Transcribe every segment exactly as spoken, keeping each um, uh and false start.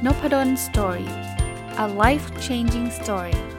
Nopadon Story. A life-changing story.ส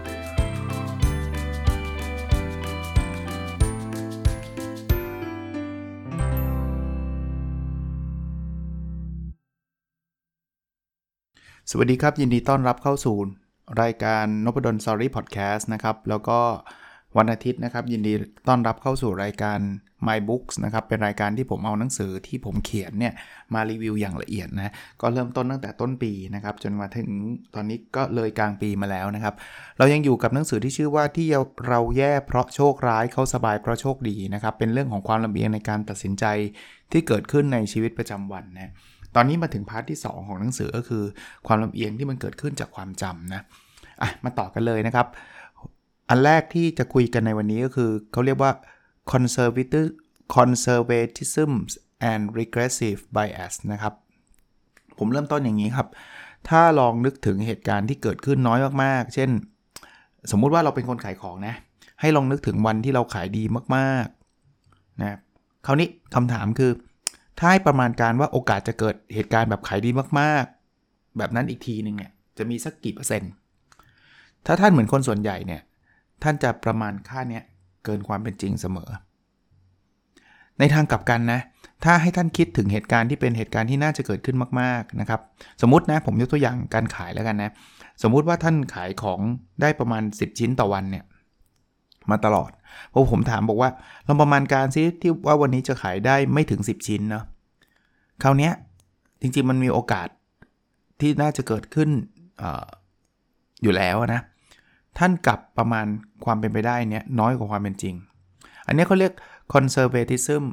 วัสดีครับยินดีต้อนรับเข้าสู่รายการ Nopadon Story Podcast นะครับแล้วก็วันอาทิตย์นะครับยินดีต้อนรับเข้าสู่รายการ My Books นะครับเป็นรายการที่ผมเอาหนังสือที่ผมเขียนเนี่ยมารีวิวอย่างละเอียดนะก็เริ่มต้นตั้งแต่ต้นปีนะครับจนมาถึงตอนนี้ก็เลยกลางปีมาแล้วนะครับเรายังอยู่กับหนังสือที่ชื่อว่าที่เราแย่เพราะโชคร้ายเขาสบายเพราะโชคดีนะครับเป็นเรื่องของความลำเอียงในการตัดสินใจที่เกิดขึ้นในชีวิตประจำวันนะตอนนี้มาถึงพาร์ทที่สองของหนังสือก็คือความลำเอียงที่มันเกิดขึ้นจากความจำนะอ่ะมาต่อกันเลยนะครับอันแรกที่จะคุยกันในวันนี้ก็คือเขาเรียกว่า conservative conservatism and regressive bias นะครับผมเริ่มต้นอย่างนี้ครับถ้าลองนึกถึงเหตุการณ์ที่เกิดขึ้นน้อยมากๆเช่นสมมุติว่าเราเป็นคนขายของนะให้ลองนึกถึงวันที่เราขายดีมากๆนะคราวนี้คำถามคือถ้าให้ประมาณการว่าโอกาสจะเกิดเหตุการณ์แบบขายดีมากๆแบบนั้นอีกทีนึงเนี่ยจะมีสักกี่เปอร์เซ็นต์ถ้าท่านเหมือนคนส่วนใหญ่เนี่ยท่านจะประมาณค่านี้เกินความเป็นจริงเสมอในทางกลับกันนะถ้าให้ท่านคิดถึงเหตุการณ์ที่เป็นเหตุการณ์ที่น่าจะเกิดขึ้นมากๆนะครับสมมุตินะผมยกตัวอย่างการขายแล้วกันนะสมมุติว่าท่านขายของได้ประมาณสิบชิ้นต่อวันเนี่ยมาตลอดพอผมถามบอกว่าลองประมาณการซิที่ว่าวันนี้จะขายได้ไม่ถึงสิบชิ้นเนาะคราวนี้จริงๆมันมีโอกาสที่น่าจะเกิดขึ้น อ, อยู่แล้วนะท่านกลับประมาณความเป็นไปได้เนี่ยน้อยกว่าความเป็นจริงอันนี้เขาเรียก conservatism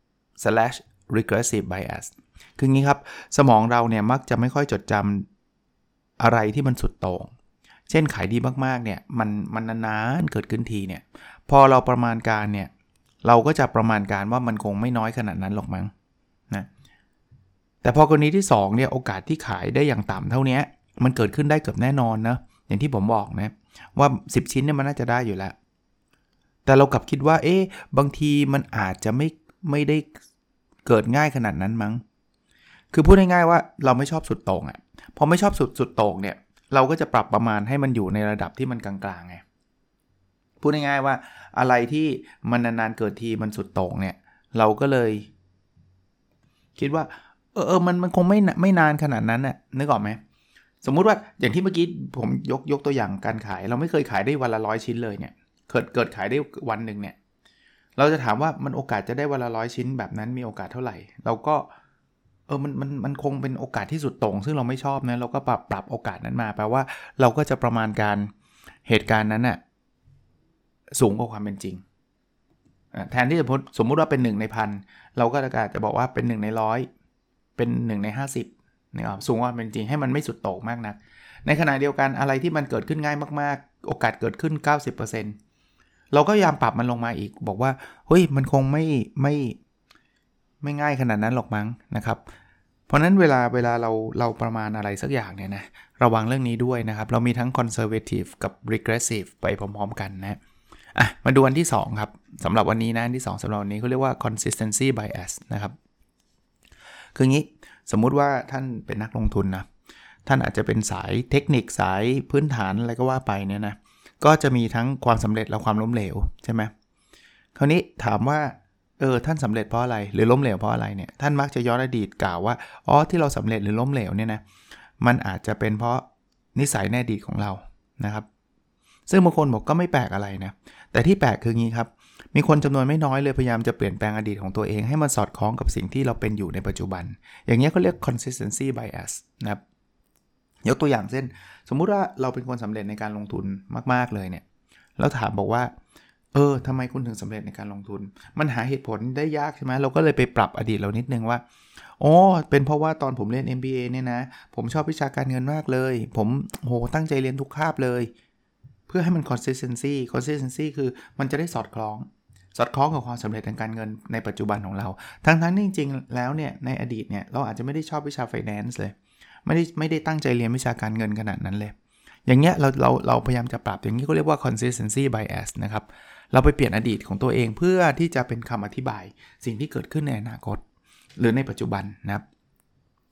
slash regressive bias คืองี้ครับสมองเราเนี่ยมักจะไม่ค่อยจดจำอะไรที่มันสุดโต่งเช่นขายดีมากๆเนี่ยมันมันนานๆเกิดขึ้นทีเนี่ยพอเราประมาณการเนี่ยเราก็จะประมาณการว่ามันคงไม่น้อยขนาดนั้นหรอกมั้งนะแต่พอกรณีที่สองเนี่ยโอกาสที่ขายได้อย่างต่ำเท่านี้มันเกิดขึ้นได้เกือบแน่นอนนะอย่างที่ผมบอกนะว่าสิบชิ้นเนี่ยมันน่าจะได้อยู่แล้วแต่เรากลับคิดว่าเอ๊ะบางทีมันอาจจะไม่ไม่ได้เกิดง่ายขนาดนั้นมั้งคือพูดง่ายๆว่าเราไม่ชอบสุดโต่งอ่ะพอไม่ชอบสุดสุดโต่งเนี่ยเราก็จะปรับประมาณให้มันอยู่ในระดับที่มันกลางๆไงพูดง่ายๆว่าอะไรที่มันนานๆเกิดทีมันสุดโต่งเนี่ยเราก็เลยคิดว่าเออเออมันมันคงไม่ไม่นานขนาดนั้นน่ะนึกออกไหมสมมุติว่าอย่างที่เมื่อกี้ผมยกยกตัวอย่างการขายเราไม่เคยขายได้วันละร้อยชิ้นเลยเนี่ยเกิดเกิดขายได้วันนึงเนี่ยเราจะถามว่ามันโอกาสจะได้วันละร้อยชิ้นแบบนั้นมีโอกาสเท่าไหร่เราก็เออมันมันมันคงเป็นโอกาสที่สุดโต่งซึ่งเราไม่ชอบนะเราก็ปรับปรับโอกาสนั้นมาแปลว่าเราก็จะประมาณการเหตุการณ์นั้นน่ะสูงกว่าความเป็นจริงแทนที่จะสมมุติว่าเป็นหนึ่งในพันเราก็อาจจะบอกว่าเป็นหนึ่งในร้อยเป็นหนึ่งในห้าสิบนะครับสูงกว่าเป็นจริงให้มันไม่สุดโต่งมากนักในขณะเดียวกันอะไรที่มันเกิดขึ้นง่ายมากๆโอกาสเกิดขึ้น เก้าสิบเปอร์เซ็นต์ เราก็พยายามปรับมันลงมาอีกบอกว่าเฮ้ยมันคงไม่ไม่ไม่ง่ายขนาดนั้นหรอกมั้งนะครับเพราะนั้นเวลาเวลาเราเราประมาณอะไรสักอย่างเนี่ยนะระวังเรื่องนี้ด้วยนะครับเรามีทั้ง conservative กับ regressive ไปพร้อมๆกันนะอ่ะมาดูอันที่สองครับสำหรับวันนี้นะอันที่สองสำหรับวันนี้เขาเรียกว่า consistency bias นะครับคืองี้สมมุติว่าท่านเป็นนักลงทุนนะท่านอาจจะเป็นสายเทคนิคสายพื้นฐานอะไรก็ว่าไปเนี่ยนะก็จะมีทั้งความสำเร็จและความล้มเหลวใช่ไหมคราวนี้ถามว่าเออท่านสำเร็จเพราะอะไรหรือล้มเหลวเพราะอะไรเนี่ยท่านมักจะย้อนอดีตกล่าวว่าอ๋อที่เราสำเร็จหรือล้มเหลวเนี่ยนะมันอาจจะเป็นเพราะนิสัยในอดีตของเรานะครับซึ่งบางคนบอกก็ไม่แปลกอะไรนะแต่ที่แปลกคืองี้ครับมีคนจำนวนไม่น้อยเลยพยายามจะเปลี่ยนแปลงอดีตของตัวเองให้มันสอดคล้องกับสิ่งที่เราเป็นอยู่ในปัจจุบันอย่างเงี้ยเขาเรียก consistency bias นะครับยกตัวอย่างเช่นสมมุติว่าเราเป็นคนสำเร็จในการลงทุนมากๆเลยเนี่ยแล้วถามบอกว่าเออทำไมคุณถึงสำเร็จในการลงทุนมันหาเหตุผลได้ยากใช่ไหมเราก็เลยไปปรับอดีตเรานิดนึงว่าอ๋อเป็นเพราะว่าตอนผมเรียน เอ็ม บี เอ เนี่ยนะผมชอบวิชาการเงินมากเลยผมโหตั้งใจเรียนทุกคาบเลยเพื่อให้มัน consistency consistency คือมันจะได้สอดคล้องสอดคล้องกับความสำเร็จทางการเงินในปัจจุบันของเราทั้งๆที่จริงๆแล้วเนี่ยในอดีตเนี่ยเราอาจจะไม่ได้ชอบวิชา finance เลยไม่ได้ไม่ได้ตั้งใจเรียนวิชาการเงินขนาดนั้นเลยอย่างเงี้ยเราเราเราพยายามจะปรับอย่างนี้ก็เรียกว่า consistency bias นะครับเราไปเปลี่ยนอดีตของตัวเองเพื่อที่จะเป็นคำอธิบายสิ่งที่เกิดขึ้นในอนาคตหรือในปัจจุบันนะครับ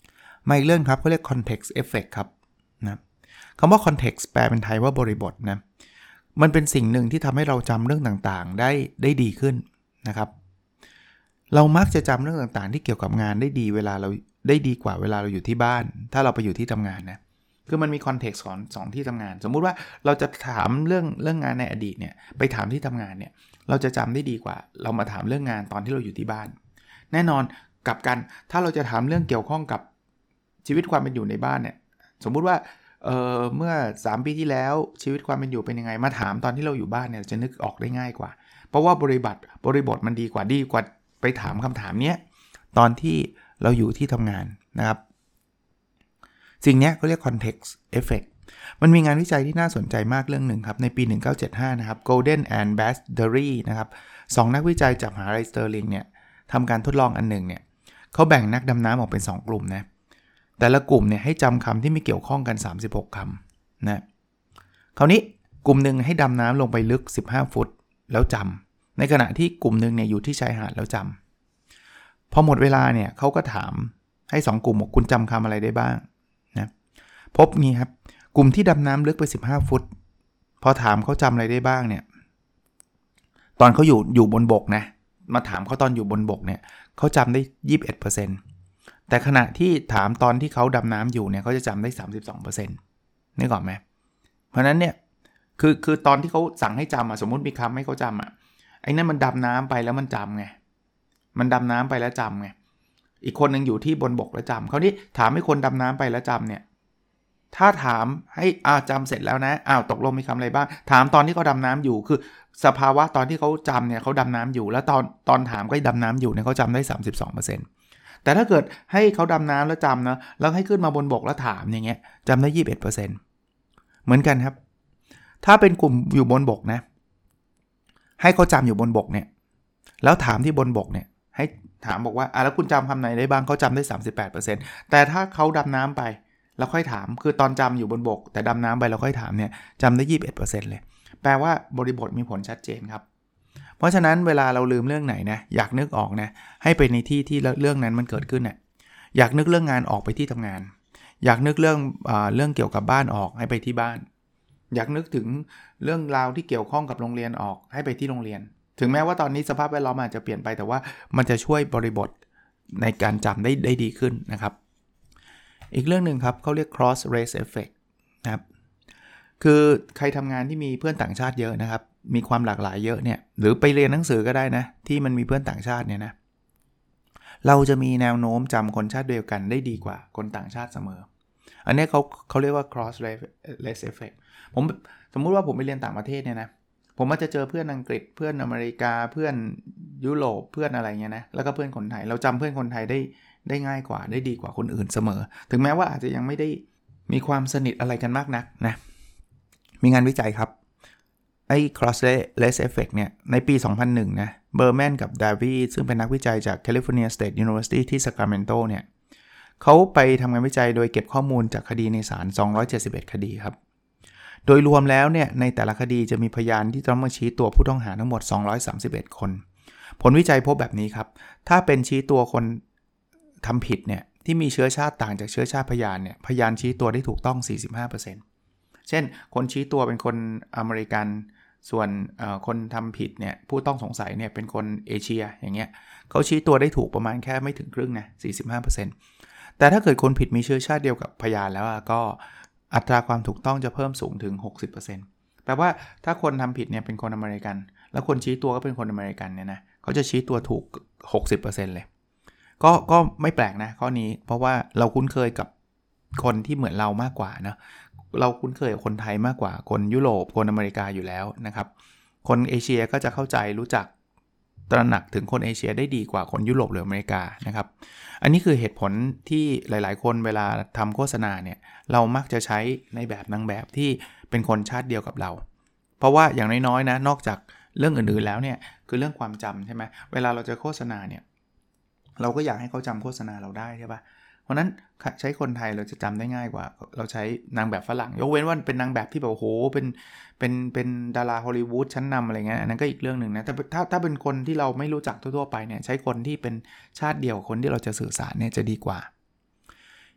มาอีกเรื่องครับเขาเรียก context effect ครับนะคำว่า context แปลเป็นไทยว่าบริบทนะมันเป็นสิ่งหนึ่งที่ทำให้เราจำเรื่องต่างๆได้ได้ดีขึ้นนะครับเรามักจะจำเรื่องต่างๆที่เกี่ยวกับงานได้ดีเวลาเราได้ดีกว่าเวลาเราอยู่ที่บ้านถ้าเราไปอยู่ที่ทำงานนะคือมันมีคอนเท็กซ์ของสองที่ทำงานสมมุติว่าเราจะถามเรื่องเรื่องงานในอดีตเนี่ยไปถามที่ทำงานเนี่ยเราจะจำได้ดีกว่าเรามาถามเรื่องงานตอนที่เราอยู่ที่บ้านแน่นอนกลับกันถ้าเราจะถามเรื่องเกี่ยวข้องกับชีวิตความเป็นอยู่ในบ้านเนี่ยสมมุติว่าเอ่อเมื่อสามปีที่แล้วชีวิตความเป็นอยู่เป็นยังไงมาถามตอนที่เราอยู่บ้านเนี่ยจะนึกออกได้ง่ายกว่าเพราะว่าบริบทบริบทมันดีกว่าดีกว่าไปถามคำถามเนี้ยตอนที่เราอยู่ที่ทำงานนะครับสิ่งนี้เขาเรียก context effect มันมีงานวิจัยที่น่าสนใจมากเรื่องหนึ่งครับในปีหนึ่งพันเก้าร้อยเจ็ดสิบห้านะครับ Golden and Basdary นะครับสองนักวิจัยจากมหาวิทยาลัยสเตอร์ลิงเนี่ยทำการทดลองอันหนึ่งเนี่ยเขาแบ่งนักดำน้ำออกเป็นสองกลุ่มนะแต่ละกลุ่มเนี่ยให้จำคำที่ไม่เกี่ยวข้องกันสามสิบหกคำนะคราวนี้กลุ่มหนึ่งให้ดำน้ำลงไปลึกสิบห้าฟุตแล้วจำในขณะที่กลุ่มหนึ่งเนี่ยอยู่ที่ชายหาดแล้วจำพอหมดเวลาเนี่ยเขาก็ถามให้สองกลุ่มบอกคุณจำคำอะไรได้บ้างนะพบงี้ครับกลุ่มที่ดำน้ำลึกไปสิบห้าฟุตพอถามเขาจำอะไรได้บ้างเนี่ยตอนเขาอยู่อยู่บนบกนะมาถามเขาตอนอยู่บนบกเนี่ยเขาจำได้ ยี่สิบเอ็ดเปอร์เซ็นต์ แต่ขณะที่ถามตอนที่เขาดำน้ำอยู่เนี่ยเขาจะจำได้ สามสิบสองเปอร์เซ็นต์ นี่ก่อนไหมเพราะนั้นเนี่ยคือคือตอนที่เขาสั่งให้จำอ่ะสมมุติมีคำให้เขาจำอ่ะไอ้นั่นมันดำน้ำไปแล้วมันจำไงมันดำน้ำไปแล้วจำไงอีกคนนึงอยู่ที่บนบกแล้วจำเขานี่ถามให้คนดำน้ำไปแล้วจำเนี่ยถ้าถามให้อ่าจำเสร็จแล้วนะอ้าวตกลงมีคำอะไรบ้างถามตอนที่เขาดำน้ำอยู่คือสภาวะตอนที่เขาจำเนี่ยเขาดำน้ำอยู่แล้วตอนตอนถามก็ดำน้ำอยู่เนี่ยเขาจำได้ สามสิบสองเปอร์เซ็นต์ แต่ถ้าเกิดให้เขาดำน้ำแล้วจำนะแล้วให้ขึ้นมาบนบกแล้วถามอย่างเงี้ยจำได้ ยี่สิบเอ็ดเปอร์เซ็นต์ เหมือนกันครับถ้าเป็นกลุ่มอยู่บนบกนะให้เขาจำอยู่บนบกเนี่ยแล้วถามที่บนบกเนี่ยให้ถามบอกว่าอ่ะแล้วคุณจำคำไหนได้บ้างเขาจำได้ สามสิบแปดเปอร์เซ็นต์ แต่ถ้าเขาดำน้ำไปแล้วค่อยถามคือตอนจำอยู่บนบกแต่ดำน้ำไปแล้วค่อยถามเนี่ยจำได้ ยี่สิบเอ็ดเปอร์เซ็นต์ เลยแปลว่าบริบทมีผลชัดเจนครับเพราะฉะนั้นเวลาเราลืมเรื่องไหนนะอยากนึกออกนะให้ไปในที่ที่เรื่องนั้นมันเกิดขึ้นเนี่ยอยากนึกเรื่องงานออกไปที่ทำงานอยากนึกเรื่องเอ่อเรื่องเกี่ยวกับบ้านออกให้ไปที่บ้านอยากนึกถึงเรื่องราวที่เกี่ยวข้องกับโรงเรียนออกให้ไปที่โรงเรียนถึงแม้ว่าตอนนี้สภาพแวดล้อมอาจจะเปลี่ยนไปแต่ว่ามันจะช่วยบริบทในการจำได้ได้ดีขึ้นนะครับอีกเรื่องนึงครับเขาเรียก cross race effect นะครับคือใครทำงานที่มีเพื่อนต่างชาติเยอะนะครับมีความหลากหลายเยอะเนี่ยหรือไปเรียนหนังสือก็ได้นะที่มันมีเพื่อนต่างชาติเนี่ยนะเราจะมีแนวโน้มจำคนชาติเดียวกันได้ดีกว่าคนต่างชาติเสมออันนี้เขาเขาเรียกว่า cross race effect ผมสมมุติว่าผมไปเรียนต่างประเทศเนี่ยนะผมอาจจะเจอเพื่อนอังกฤษเพื่อนอเมริกาเพื่อนยุโรปเพื่อนอะไรเงี้ยนะแล้วก็เพื่อนคนไทยเราจำเพื่อนคนไทยได้ได้ง่ายกว่าได้ดีกว่าคนอื่นเสมอถึงแม้ว่าอาจจะยังไม่ได้มีความสนิทอะไรกันมากนักนะมีงานวิจัยครับไอ้ cross race effect เนี่ยในปีสองพันหนึ่งนะเบอร์แมนกับดาวีซึ่งเป็นนักวิจัยจาก California State University ที่ Sacramento เนี่ยเขาไปทำงานวิจัยโดยเก็บข้อมูลจากคดีในศาลสองร้อยเจ็ดสิบเอ็ดคดีครับโดยรวมแล้วเนี่ยในแต่ละคดีจะมีพยานที่ต้องมาชี้ตัวผู้ต้องหาทั้งหมดสองร้อยสามสิบเอ็ดคนผลวิจัยพบแบบนี้ครับถ้าเป็นชี้ตัวคนทำผิดเนี่ยที่มีเชื้อชาติต่างจากเชื้อชาติพยานเนี่ยพยานชี้ตัวได้ถูกต้อง สี่สิบห้าเปอร์เซ็นต์ เช่นคนชี้ตัวเป็นคนอเมริกันส่วนคนทำผิดเนี่ยผู้ต้องสงสัยเนี่ยเป็นคนเอเชียอย่างเงี้ยเขาชี้ตัวได้ถูกประมาณแค่ไม่ถึงครึ่งนะ สี่สิบห้าเปอร์เซ็นต์ แต่ถ้าเกิดคนผิดมีเชื้อชาติเดียวกับพยานแล้วก็อัตราความถูกต้องจะเพิ่มสูงถึง หกสิบเปอร์เซ็นต์ แปลว่าถ้าคนทำผิดเนี่ยเป็นคนอเมริกันแล้วคนชี้ตัวก็เป็นคนอเมริกันเนี่ยนะเขาจะชี้ตัวถูก หกสิบเปอร์เซ็นต์ เลยก็ก็ไม่แปลกนะข้อนี้เพราะว่าเราคุ้นเคยกับคนที่เหมือนเรามากกว่านะเราคุ้นเคยกับคนไทยมากกว่าคนยุโรปคนอเมริกาอยู่แล้วนะครับคนเอเชียก็จะเข้าใจรู้จักตระหนักถึงคนเอเชียได้ดีกว่าคนยุโรปหรืออเมริกานะครับอันนี้คือเหตุผลที่หลายๆคนเวลาทำโฆษณาเนี่ยเรามักจะใช้ในแบบนางแบบที่เป็นคนชาติเดียวกับเราเพราะว่าอย่างน้อยๆนะนอกจากเรื่องอื่นๆแล้วเนี่ยคือเรื่องความจำใช่ไหมเวลาเราจะโฆษณาเนี่ยเราก็อยากให้เขาจำโฆษณาเราได้ใช่ปะเพราะนั้นใช้คนไทยเราจะจำได้ง่ายกว่าเราใช้นางแบบฝรั่งยกเว้นว่าเป็นนางแบบที่แบบโอ้โหเป็นเป็นเป็นดาราฮอลลีวูดชั้นนำอะไรเงี้ยอันนั้นก็อีกเรื่องหนึ่งนะแต่ถ้าถ้าเป็นคนที่เราไม่รู้จักทั่วๆไปเนี่ยใช้คนที่เป็นชาติเดียวคนที่เราจะสื่อสารเนี่ยจะดีกว่า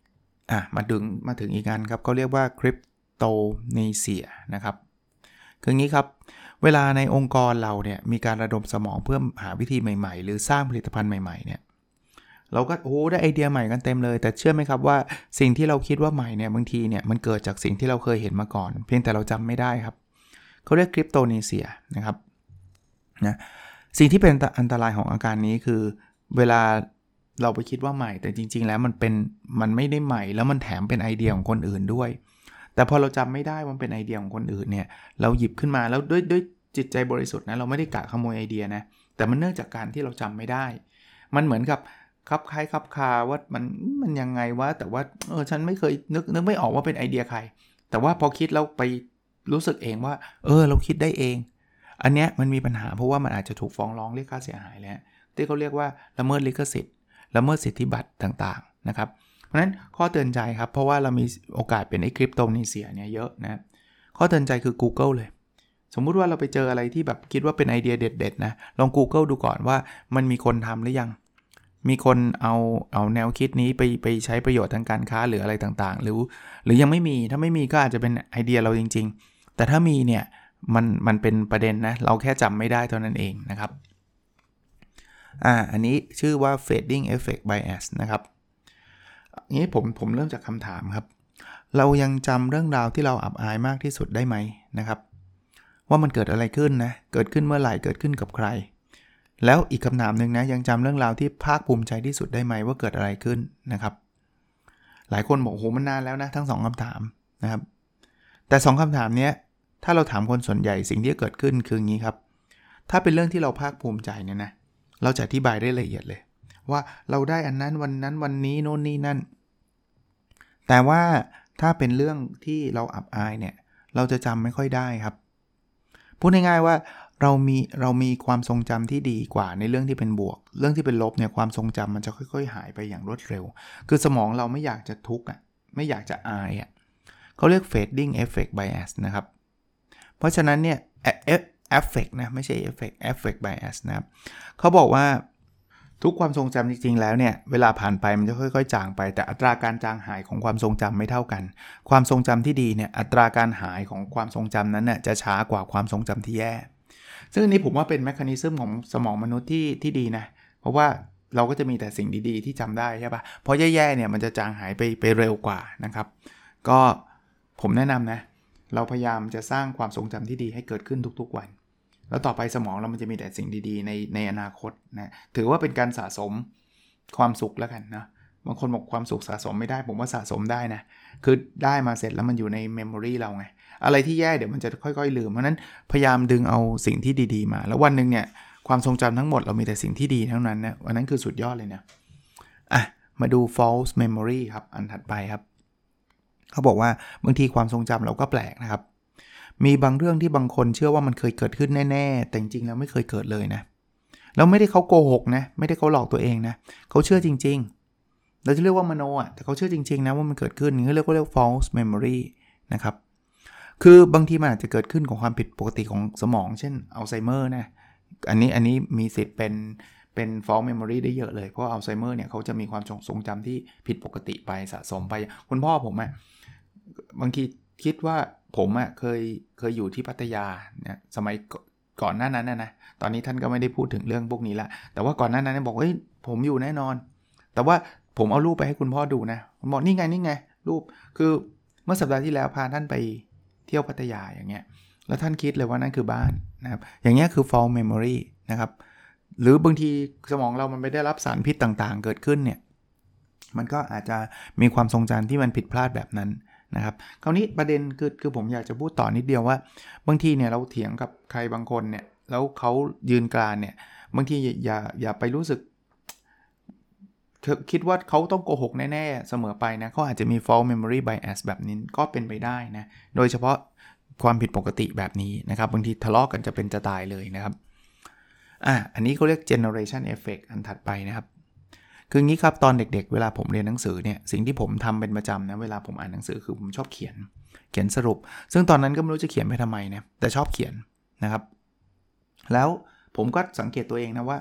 อ่ะมาถึงมาถึงอีกอันครับเขาเรียกว่าคริปโตเนเซียนะครับคืองี้ครับเวลาในองค์กรเราเนี่ยมีการระดมสมองเพื่อหาวิธีใหม่ๆหรือสร้างผลิตภัณฑ์ใหม่ๆเนี่ยเราก็โอ้ได้ไอเดียใหม่กันเต็มเลยแต่เชื่อไหมครับว่าสิ่งที่เราคิดว่าใหม่เนี่ยบางทีเนี่ยมันเกิดจากสิ่งที่เราเคยเห็นมาก่อนเพียงแต่เราจำไม่ได้ครับเขาเรียกคริปโตเนเซียนะครับนะสิ่งที่เป็นอันตรายของอาการนี้คือเวลาเราไปคิดว่าใหม่แต่จริงๆแล้วมันเป็นมันไม่ได้ใหม่แล้วมันแถมเป็นไอเดียของคนอื่นด้วยแต่พอเราจำไม่ได้ว่ามันเป็นไอเดียของคนอื่นเนี่ยเราหยิบขึ้นมาแล้วด้วยด้วยจิตใจบริสุทธิ์นะเราไม่ได้กะขโมยไอเดียนะแต่มันเนื่องจากการที่เราจำไม่ได้มันเหมือนกับคับคล้ายคับคาว่ามันมันยังไงวะแต่ว่าเออฉันไม่เคยนึกนึกไม่ออกว่าเป็นไอเดียใครแต่ว่าพอคิดแล้วไปรู้สึกเองว่าเออเราคิดได้เองอันเนี้ยมันมีปัญหาเพราะว่ามันอาจจะถูกฟ้องร้องเรียกค่าเสียหายแล้วที่เขาเรียกว่าละเมิดลิขสิทธิ์ละเมิดสิทธิบัตรต่างๆนะครับเพราะฉะนั้นข้อเตือนใจครับเพราะว่าเรามีโอกาสเป็นไอ้คริปโตเนเซียเนี่ยเยอะนะข้อเตือนใจคือ Google เลยสมมุติว่าเราไปเจออะไรที่แบบคิดว่าเป็นไอเดียเด็ดๆนะลอง Google ดูก่อนว่ามันมีคนทำหรือยังมีคนเอาเอาแนวคิดนี้ไปไปใช้ประโยชน์ทางการค้าหรืออะไรต่างๆหรือหรือยังไม่มีถ้าไม่มีก็อาจจะเป็นไอเดียเราจริงๆแต่ถ้ามีเนี่ยมันมันเป็นประเด็นนะเราแค่จำไม่ได้เท่านั้นเองนะครับอ่าอันนี้ชื่อว่า fading effect bias นะครับนี้ผมผมเริ่มจากคำถามครับเรายังจำเรื่องราวที่เราอับอายมากที่สุดได้ไหมนะครับว่ามันเกิดอะไรขึ้นนะเกิดขึ้นเมื่อไหร่เกิดขึ้นกับใครแล้วอีกคำถามนึงนะยังจำเรื่องราวที่ภาคภูมิใจที่สุดได้ไหมว่าเกิดอะไรขึ้นนะครับหลายคนบอกโหมันนานแล้วนะทั้งสองคำถามนะครับแต่สองคำถามนี้ถ้าเราถามคนส่วนใหญ่สิ่งที่เกิดขึ้นคืออย่างนี้ครับถ้าเป็นเรื่องที่เราภาคภูมิใจเนี่ยนะเราจะอธิบายได้ละเอียดเลยว่าเราได้อันนั้นวันนั้นวันนี้โน่นนี่นั่นแต่ว่าถ้าเป็นเรื่องที่เราอับอายเนี่ยเราจะจำไม่ค่อยได้ครับพูดง่ายๆว่าเรามีเรามีความทรงจำที่ดีกว่าในเรื่องที่เป็นบวกเรื่องที่เป็นลบเนี่ยความทรงจำมันจะค่อยๆหายไปอย่างรวดเร็วคือสมองเราไม่อยากจะทุกข์อ่ะไม่อยากจะอายอ่ะเขาเรียก fading effect bias นะครับเพราะฉะนั้นเนี่ย effect นะไม่ใช่ effect effect bias นะครับเขาบอกว่าทุกความทรงจำจริงๆแล้วเนี่ยเวลาผ่านไปมันจะค่อยๆจางไปแต่อัตราการจางหายของความทรงจำไม่เท่ากันความทรงจำที่ดีเนี่ยอัตราการหายของความทรงจำนั้นน่ะจะช้ากว่าความทรงจำที่แย่ซึ่งอันนี้ผมว่าเป็นแมคานิซึมของสมองมนุษย์ที่ที่ดีนะเพราะว่าเราก็จะมีแต่สิ่งดีๆที่จำได้ใช่ปะเพราะแย่ๆเนี่ยมันจะจางหายไปไปเร็วกว่านะครับก็ผมแนะนำนะเราพยายามจะสร้างความทรงจำที่ดีให้เกิดขึ้นทุกๆวันแล้วต่อไปสมองเรามันจะมีแต่สิ่งดีๆในในอนาคตนะถือว่าเป็นการสะสมความสุขแล้วกันนะบางคนบอกความสุขสะสมไม่ได้ผมว่าสะสมได้นะคือได้มาเสร็จแล้วมันอยู่ในเมมโมรีเราไงอะไรที่แย่เดี๋ยวมันจะค่อยๆลืมเพราะนั้นพยายามดึงเอาสิ่งที่ดีๆมาแล้ววันนึงเนี่ยความทรงจำทั้งหมดเรามีแต่สิ่งที่ดีเท่านั้นนะวันนั้นคือสุดยอดเลยนะอ่ะมาดู false memory ครับอันถัดไปครับเขาบอกว่าบางทีความทรงจำเราก็แปลกนะครับมีบางเรื่องที่บางคนเชื่อว่ามันเคยเกิดขึ้นแน่ๆแต่จริงๆแล้วไม่เคยเกิดเลยนะแล้วไม่ได้เขาโกหกนะไม่ได้เขาหลอกตัวเองนะเขาเชื่อจริงๆเราจะเรียกว่ามโนอ่ะแต่เขาเชื่อจริงๆนะว่ามันเกิดขึ้นนี่เรียกว่าเรียก false memory นะครับคือบางทีมันอาจจะเกิดขึ้นของความผิดปกติของสมองเช่นอัลไซเมอร์นะอันนี้อันนี้มีสิทธิ์เป็นเป็น false memory ได้เยอะเลยเพราะอัลไซเมอร์เนี่ยเขาจะมีความทรงจำที่ผิดปกติไปสะสมไปคุณพ่อผมอ่ะบางทีคิดว่าผมอ่ะเคยเคยอยู่ที่พัทยาเนี่ยสมัยก่อนหน้านั้นนะนะตอนนี้ท่านก็ไม่ได้พูดถึงเรื่องพวกนี้ละแต่ว่าก่อนหน้านั้นบอกเฮ้ยผมอยู่แน่นอนแต่ว่าผมเอารูปไปให้คุณพ่อดูนะผมบอกนี่ไงนี่ไงรูปคือเมื่อสัปดาห์ที่แล้วพาท่านไปเที่ยวพัทยาอย่างเงี้ยแล้วท่านคิดเลยว่านั่นคือบ้านนะครับอย่างเงี้ยคือ false memory นะครับหรือบางทีสมองเรามันไม่ได้รับสารพิษต่างๆเกิดขึ้นเนี่ยมันก็อาจจะมีความทรงจำที่มันผิดพลาดแบบนั้นนะครับคราวนี้ประเด็นคือคือผมอยากจะพูดต่อนิดเดียวว่าบางทีเนี่ยเราเถียงกับใครบางคนเนี่ยแล้วเขายืนกรานเนี่ยบางทีอย่าอย่าไปรู้สึกคิดว่าเขาต้องโกหกแน่ๆเสมอไปนะเขาอาจจะมี false memory bias แบบนี้ก็เป็นไปได้นะโดยเฉพาะความผิดปกติแบบนี้นะครับบางทีทะเลาะกันจะเป็นจะตายเลยนะครับอ่ะอันนี้เขาเรียก generation effect อันถัดไปนะครับคืองี้ครับตอนเด็กๆเวลาผมเรียนหนังสือเนี่ยสิ่งที่ผมทำเป็นประจำนะเวลาผมอ่านหนังสือคือผมชอบเขียนเขียนสรุปซึ่งตอนนั้นก็ไม่รู้จะเขียนไปทำไมนะแต่ชอบเขียนนะครับแล้วผมก็สังเกตตัวเองนะว่า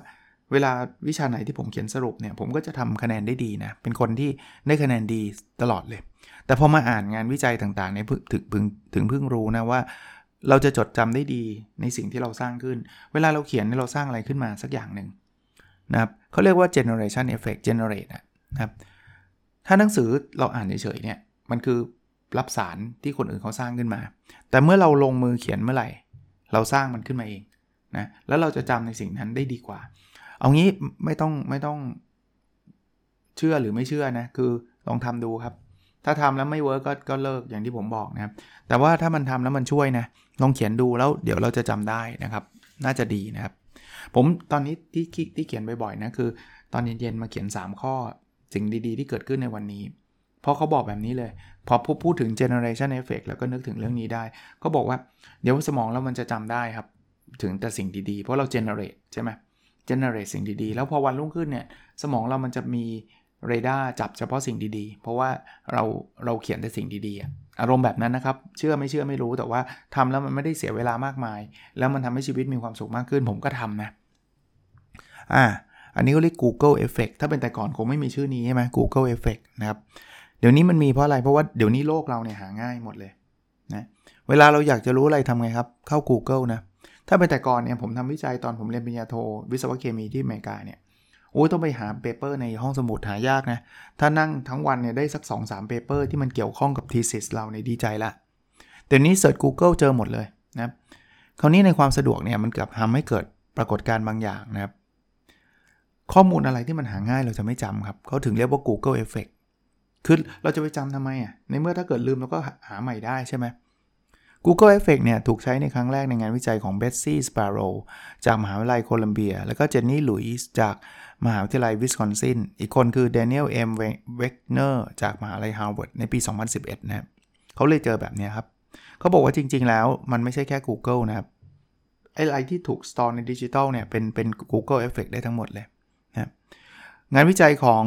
เวลาวิชาไหนที่ผมเขียนสรุปเนี่ยผมก็จะทำคะแนนได้ดีนะเป็นคนที่ได้คะแนนดีตลอดเลยแต่พอมาอ่านงานวิจัยต่างๆเนี่ยถึงถึงถึงเพิ่งรู้นะว่าเราจะจดจำได้ดีในสิ่งที่เราสร้างขึ้นเวลาเราเขียนเราสร้างอะไรขึ้นมาสักอย่างหนึ่งนะครับเขาเรียกว่า generation effect generate นะครับถ้าหนังสือเราอ่านเฉยๆเนี่ยมันคือรับสารที่คนอื่นเขาสร้างขึ้นมาแต่เมื่อเราลงมือเขียนเมื่อไหร่เราสร้างมันขึ้นมาเองนะแล้วเราจะจำในสิ่งนั้นได้ดีกว่าเอางี้ไม่ต้องไม่ต้องเชื่อหรือไม่เชื่อนะคือลองทำดูครับถ้าทำแล้วไม่เวิร์กก็ก็เลิกอย่างที่ผมบอกนะครับแต่ว่าถ้ามันทำแล้วมันช่วยนะลองเขียนดูแล้วเดี๋ยวเราจะจำได้นะครับน่าจะดีนะครับผมตอนนี้ที่ที่เขียนบ่อยๆนะคือตอนเย็นๆมาเขียนสามข้อสิ่งดีๆที่เกิดขึ้นในวันนี้เพราะเขาบอกแบบนี้เลยพอพูดถึง generation effect แล้วก็นึกถึงเรื่องนี้ได้เขาบอกว่าเดี๋ยวสมองแล้วมันจะจำได้ครับถึงแต่สิ่งดีๆเพราะเรา generate ใช่ไหม generate สิ่งดีๆแล้วพอวันรุ่งขึ้นเนี่ยสมองเรามันจะมีเรดาร์จับเฉพาะสิ่งดีๆเพราะว่าเราเราเขียนแต่สิ่งดีๆอารมณ์แบบนั้นนะครับเชื่อไม่เชื่อไม่รู้แต่ว่าทำแล้วมันไม่ได้เสียเวลามากมายแล้วมันทำให้ชีวิตมีความสุขมากขึ้นผมก็ทำนะอ่าอันนี้ก็เรียก Google Effect ถ้าเป็นแต่ก่อนคงไม่มีชื่อนี้ใช่ไหม Google Effect นะครับเดี๋ยวนี้มันมีเพราะอะไรเพราะว่าเดี๋ยวนี้โลกเราเนี่ยหาง่ายหมดเลยนะเวลาเราอยากจะรู้อะไรทำไงครับเข้า Google นะถ้าเป็นแต่ก่อนเนี่ยผมทำวิจัยตอนผมเรียนปริญญาโทวิศวะเคมีที่อเมริกาเนี่ยโอ้ยต้องไปหาเปเปอร์ในห้องสมุดหายากนะถ้านั่งทั้งวันเนี่ยได้สัก สองถึงสาม เปเปอร์ที่มันเกี่ยวข้องกับ thesis เราในดีใจละเดี๋ยวนี้เสิร์ช Google เจอหมดเลยนะคราวนี้ในความสะดวกเนี่ยมันกลับทำให้เกิดปรากฏการณ์บางอย่างนะครับข้อมูลอะไรที่มันหาง่ายเราจะไม่จำครับเขาถึงเรียกว่า Google Effect คือเราจะไปจำทำไมอ่ะในเมื่อถ้าเกิดลืมเราก็หาใหม่ได้ใช่ไหม Google Effect เนี่ยถูกใช้ในครั้งแรกในงานวิจัยของเบสซี่สปาโรจากมหาวิทยาลัยโคลัมเบียแล้วก็เจนนี่หลุยส์จากมหาวิทยาลัยวิสคอนซินอีกคนคือ Daniel M. Wegner จากมหาวิทยาลัยฮาร์วาร์ดในปี สองพันสิบเอ็ด นะครับเขาเลยเจอแบบนี้ครับเขาบอกว่าจริงๆแล้วมันไม่ใช่แค่ Google นะครับไอ้อะไรที่ถูกสตอร์ในดิจิทัลเนี่ยเป็นเป็น Google Effect ได้ทั้งหมดเลยนะงานวิจัยของ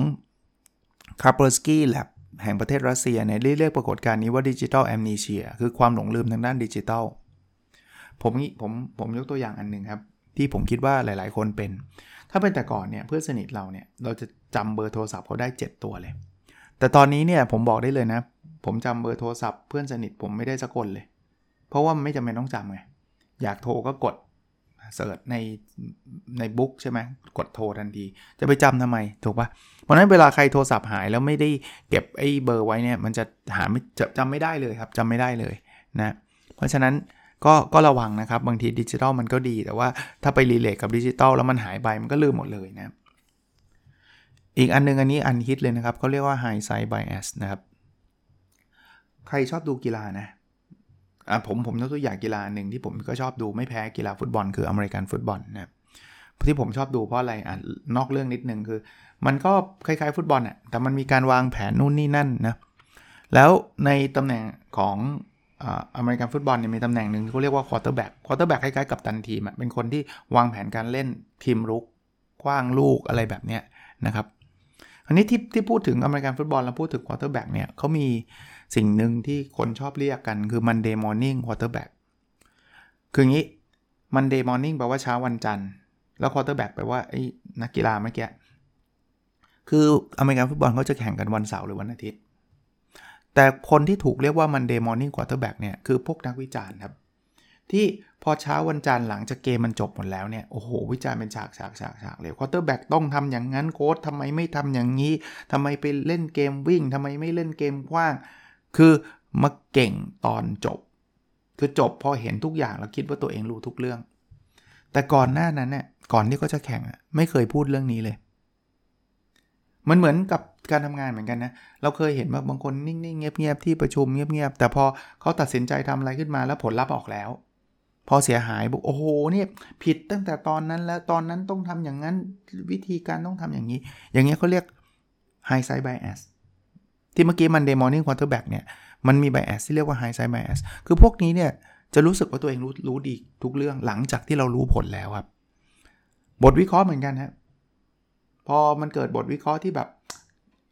Kaspersky Labแห่งประเทศรัสเซียเนี่ยเรียกปรากฏการณ์นี้ว่าดิจิทัลแอมนีเชียคือความหลงลืมทางด้านดิจิทัลผมผมผมยกตัวอย่างอันหนึ่งครับที่ผมคิดว่าหลายๆคนเป็นถ้าเป็นแต่ก่อนเนี่ยเพื่อนสนิทเราเนี่ยเราจะจำเบอร์โทรศัพท์เขาได้เจ็ดตัวเลยแต่ตอนนี้เนี่ยผมบอกได้เลยนะผมจำเบอร์โทรศัพท์เพื่อนสนิทผมไม่ได้สักคนเลยเพราะว่าไม่จำเป็นต้องจำไงอยากโทรก็กดเสิร์ชในในบุ๊กใช่ไหมกดโทรทันทีจะไปจำทำไมถูกปะเพราะฉะนั้นเวลาใครโทรศัพท์หายแล้วไม่ได้เก็บไอ้เบอร์ไว้เนี่ยมันจะหาไม่จำไม่ได้เลยครับจำไม่ได้เลยนะเพราะฉะนั้นก็ก็ระวังนะครับบางทีดิจิทัลมันก็ดีแต่ว่าถ้าไปรีเลทกับดิจิทัลแล้วมันหายไปมันก็ลืมหมดเลยนะอีกอันนึงอันนี้อันฮิตเลยนะครับเขาเรียกว่า hindsight bias นะครับใครชอบดูกีฬานะอ่ะผมผมยกตัวอย่างกีฬาหนึ่งที่ผมก็ชอบดูไม่แพ้กีฬาฟุตบอลคืออเมริกันฟุตบอลนะครับที่ผมชอบดูเพราะอะไรอ่ะนอกเรื่องนิดนึงคือมันก็คล้ายๆฟุตบอลอ่ะแต่มันมีการวางแผนนู่นนี่นั่นนะแล้วในตำแหน่งของอเมริกันฟุตบอลเนี่ยมีตำแหน่งหนึ่งที่เขาเรียกว่าควอเตอร์แบ็กควอเตอร์แบ็กคล้ายๆกับตันทีมอ่ะเป็นคนที่วางแผนการเล่นทีมรุกคว้างลูกอะไรแบบเนี้ยนะครับอันนี้ที่ที่พูดถึงอเมริกันฟุตบอลแล้วพูดถึงควอเตอร์แบ็กเนี่ยเขามีสิ่งหนึ่งที่คนชอบเรียกกันคือ Monday Morning Quarterback คืออย่างนี้ Monday Morning แปลว่าเช้าวันจันทร์แล้ว Quarterback แปลว่าไอ้นักกีฬาเมื่อกี้คืออเมริกันฟุตบอลเขาจะแข่งกันวันเสาร์หรือวันอาทิตย์แต่คนที่ถูกเรียกว่า Monday Morning Quarterback เนี่ยคือพวกนักวิจารณ์ครับที่พอเช้าวันจันทร์หลังจากเกมมันจบหมดแล้วเนี่ยโอ้โหวิจารณ์เป็นฉากฉากฉากฉากเลยควอเตอร์แบ็กต้องทำอย่างนั้นโค้ชทำไมไม่ทำอย่างนี้ทำไมไปเล่นเกมวิ่งทำไมไม่เล่นเกมกว้างคือมาเก่งตอนจบคือจบพอเห็นทุกอย่างแล้วคิดว่าตัวเองรู้ทุกเรื่องแต่ก่อนหน้านั้นเนี่ยก่อนที่เขาจะแข่งไม่เคยพูดเรื่องนี้เลยมันเหมือนกับการทำงานเหมือนกันนะเราเคยเห็นว่าบางคนนิ่งๆเงียบๆที่ประชุมเงียบๆแต่พอเขาตัดสินใจทำอะไรขึ้นมาแล้วผลลัพธ์ออกแล้วพอเสียหายบอกโอ้โหเนี่ยผิดตั้งแต่ตอนนั้นแล้วตอนนั้นต้องทำอย่างนั้นวิธีการต้องทำอย่างนี้อย่างเงี้ยเขาเรียก hindsight bias ที่เมื่อกี้ Monday Morning Quarterback เนี่ยมันมี bias ที่เรียกว่า hindsight bias คือพวกนี้เนี่ยจะรู้สึกว่าตัวเองรู้รู้ดีทุกเรื่องหลังจากที่เรารู้ผลแล้วครับบทวิเคราะห์เหมือนกันฮะพอมันเกิดบทวิเคราะห์ที่แบบ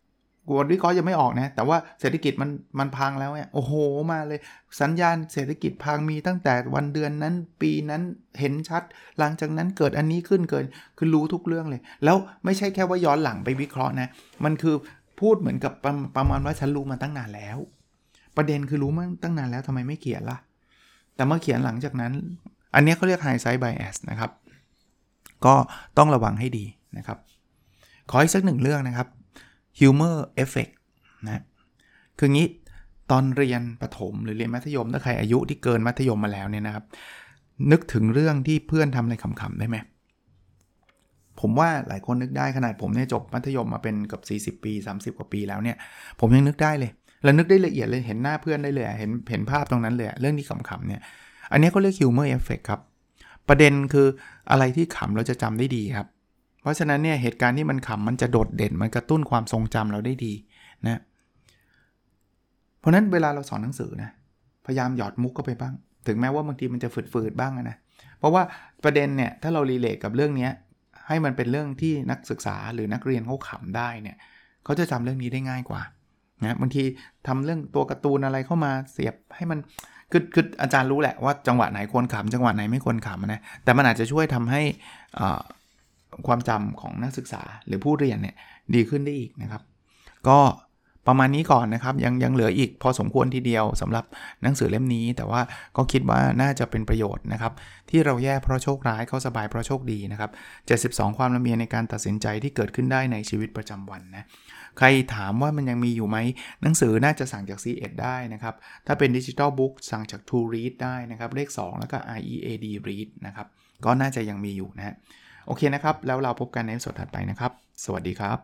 บทวิเคราะห์ยังไม่ออกนะแต่ว่าเศรษฐกิจมันมันพังแล้วเนี่ยโอ้โหมาเลยสัญญาณเศรษฐกิจพังมีตั้งแต่วันเดือนนั้นปีนั้นเห็นชัดหลังจากนั้นเกิดอันนี้ขึ้นเกินคือรู้ทุกเรื่องเลยแล้วไม่ใช่แค่ว่าย้อนหลังไปวิเคราะห์นะมันคือพูดเหมือนกับประประมาณว่าฉันรู้มาตั้งนานแล้วประเด็นคือรู้มาตั้งนานแล้วทำไมไม่เขียนล่ะแต่เมื่อเขียนหลังจากนั้นอันนี้เขาเรียก hindsight bias นะครับก็ต้องระวังให้ดีนะครับขออีกสักหนึ่งเรื่องนะครับ humor effect นะคืองี้ตอนเรียนประถมหรือเรียนมัธยมถ้าใครอายุที่เกินมัธยมมาแล้วเนี่ยนะครับนึกถึงเรื่องที่เพื่อนทำอะไรขำๆได้ไหมผมว่าหลายคนนึกได้ขนาดผมเนี่ยจบมัธยมมาเป็นกับสี่สิบปีสามสิบกว่าปีแล้วเนี่ยผมยังนึกได้เลยแล้วนึกได้ละเอียดเลยเห็นหน้าเพื่อนได้เลยเห็นเห็นภาพตรงนั้นเลยเรื่องที่ขำๆเนี่ยอันนี้เขาเรียก humor effect ครับประเด็นคืออะไรที่ขำเราจะจำได้ดีครับเพราะฉะนั้นเนี่ยเหตุการณ์ที่มันขำมันจะโดดเด่นมันกระตุ้นความทรงจำเราได้ดีนะเพราะนั้นเวลาเราสอนหนังสือนะพยายามหยอดมุกเข้าไปบ้างถึงแม้ว่าบางทีมันจะฝืดๆบ้างนะเพราะว่าประเด็นเนี่ยถ้าเรารีเลทกับเรื่องนี้ให้มันเป็นเรื่องที่นักศึกษาหรือนักเรียนเขาขำได้เนี่ยเขาจะจำเรื่องนี้ได้ง่ายกว่านะบางทีทำเรื่องตัวการ์ตูนอะไรเข้ามาเสียบให้มันคือคืออาจารย์รู้แหละว่าจังหวะไหนควรขำจังหวะไหนไม่ควรขำนะแต่มันอาจจะช่วยทำให้ความจำของนักศึกษาหรือผู้เรียนเนี่ยดีขึ้นได้อีกนะครับก็ประมาณนี้ก่อนนะครับยังยังเหลืออีกพอสมควรทีเดียวสำหรับหนังสือเล่มนี้แต่ว่าก็คิดว่าน่าจะเป็นประโยชน์นะครับที่เราแย่เพราะโชคร้ายเขาสบายเพราะโชคดีนะครับเจ็ดสิบสองความละเมียดในการตัดสินใจที่เกิดขึ้นได้ในชีวิตประจำวันนะใครถามว่ามันยังมีอยู่ไหมหนังสือน่าจะสั่งจาก ซี เอ็ด ได้นะครับถ้าเป็นดิจิทัลบุ๊กสั่งจาก To Read ได้นะครับเลขสองแล้วก็ อาร์ อี เอ ดี Read นะครับก็น่าจะยังมีอยู่นะโอเคนะครับแล้วเราพบกันในสดถัดไปนะครับสวัสดีครับ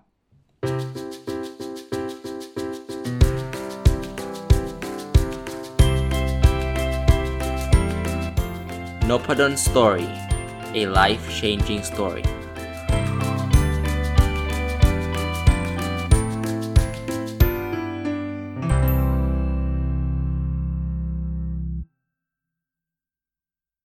Nopadon Story, a life-changing story.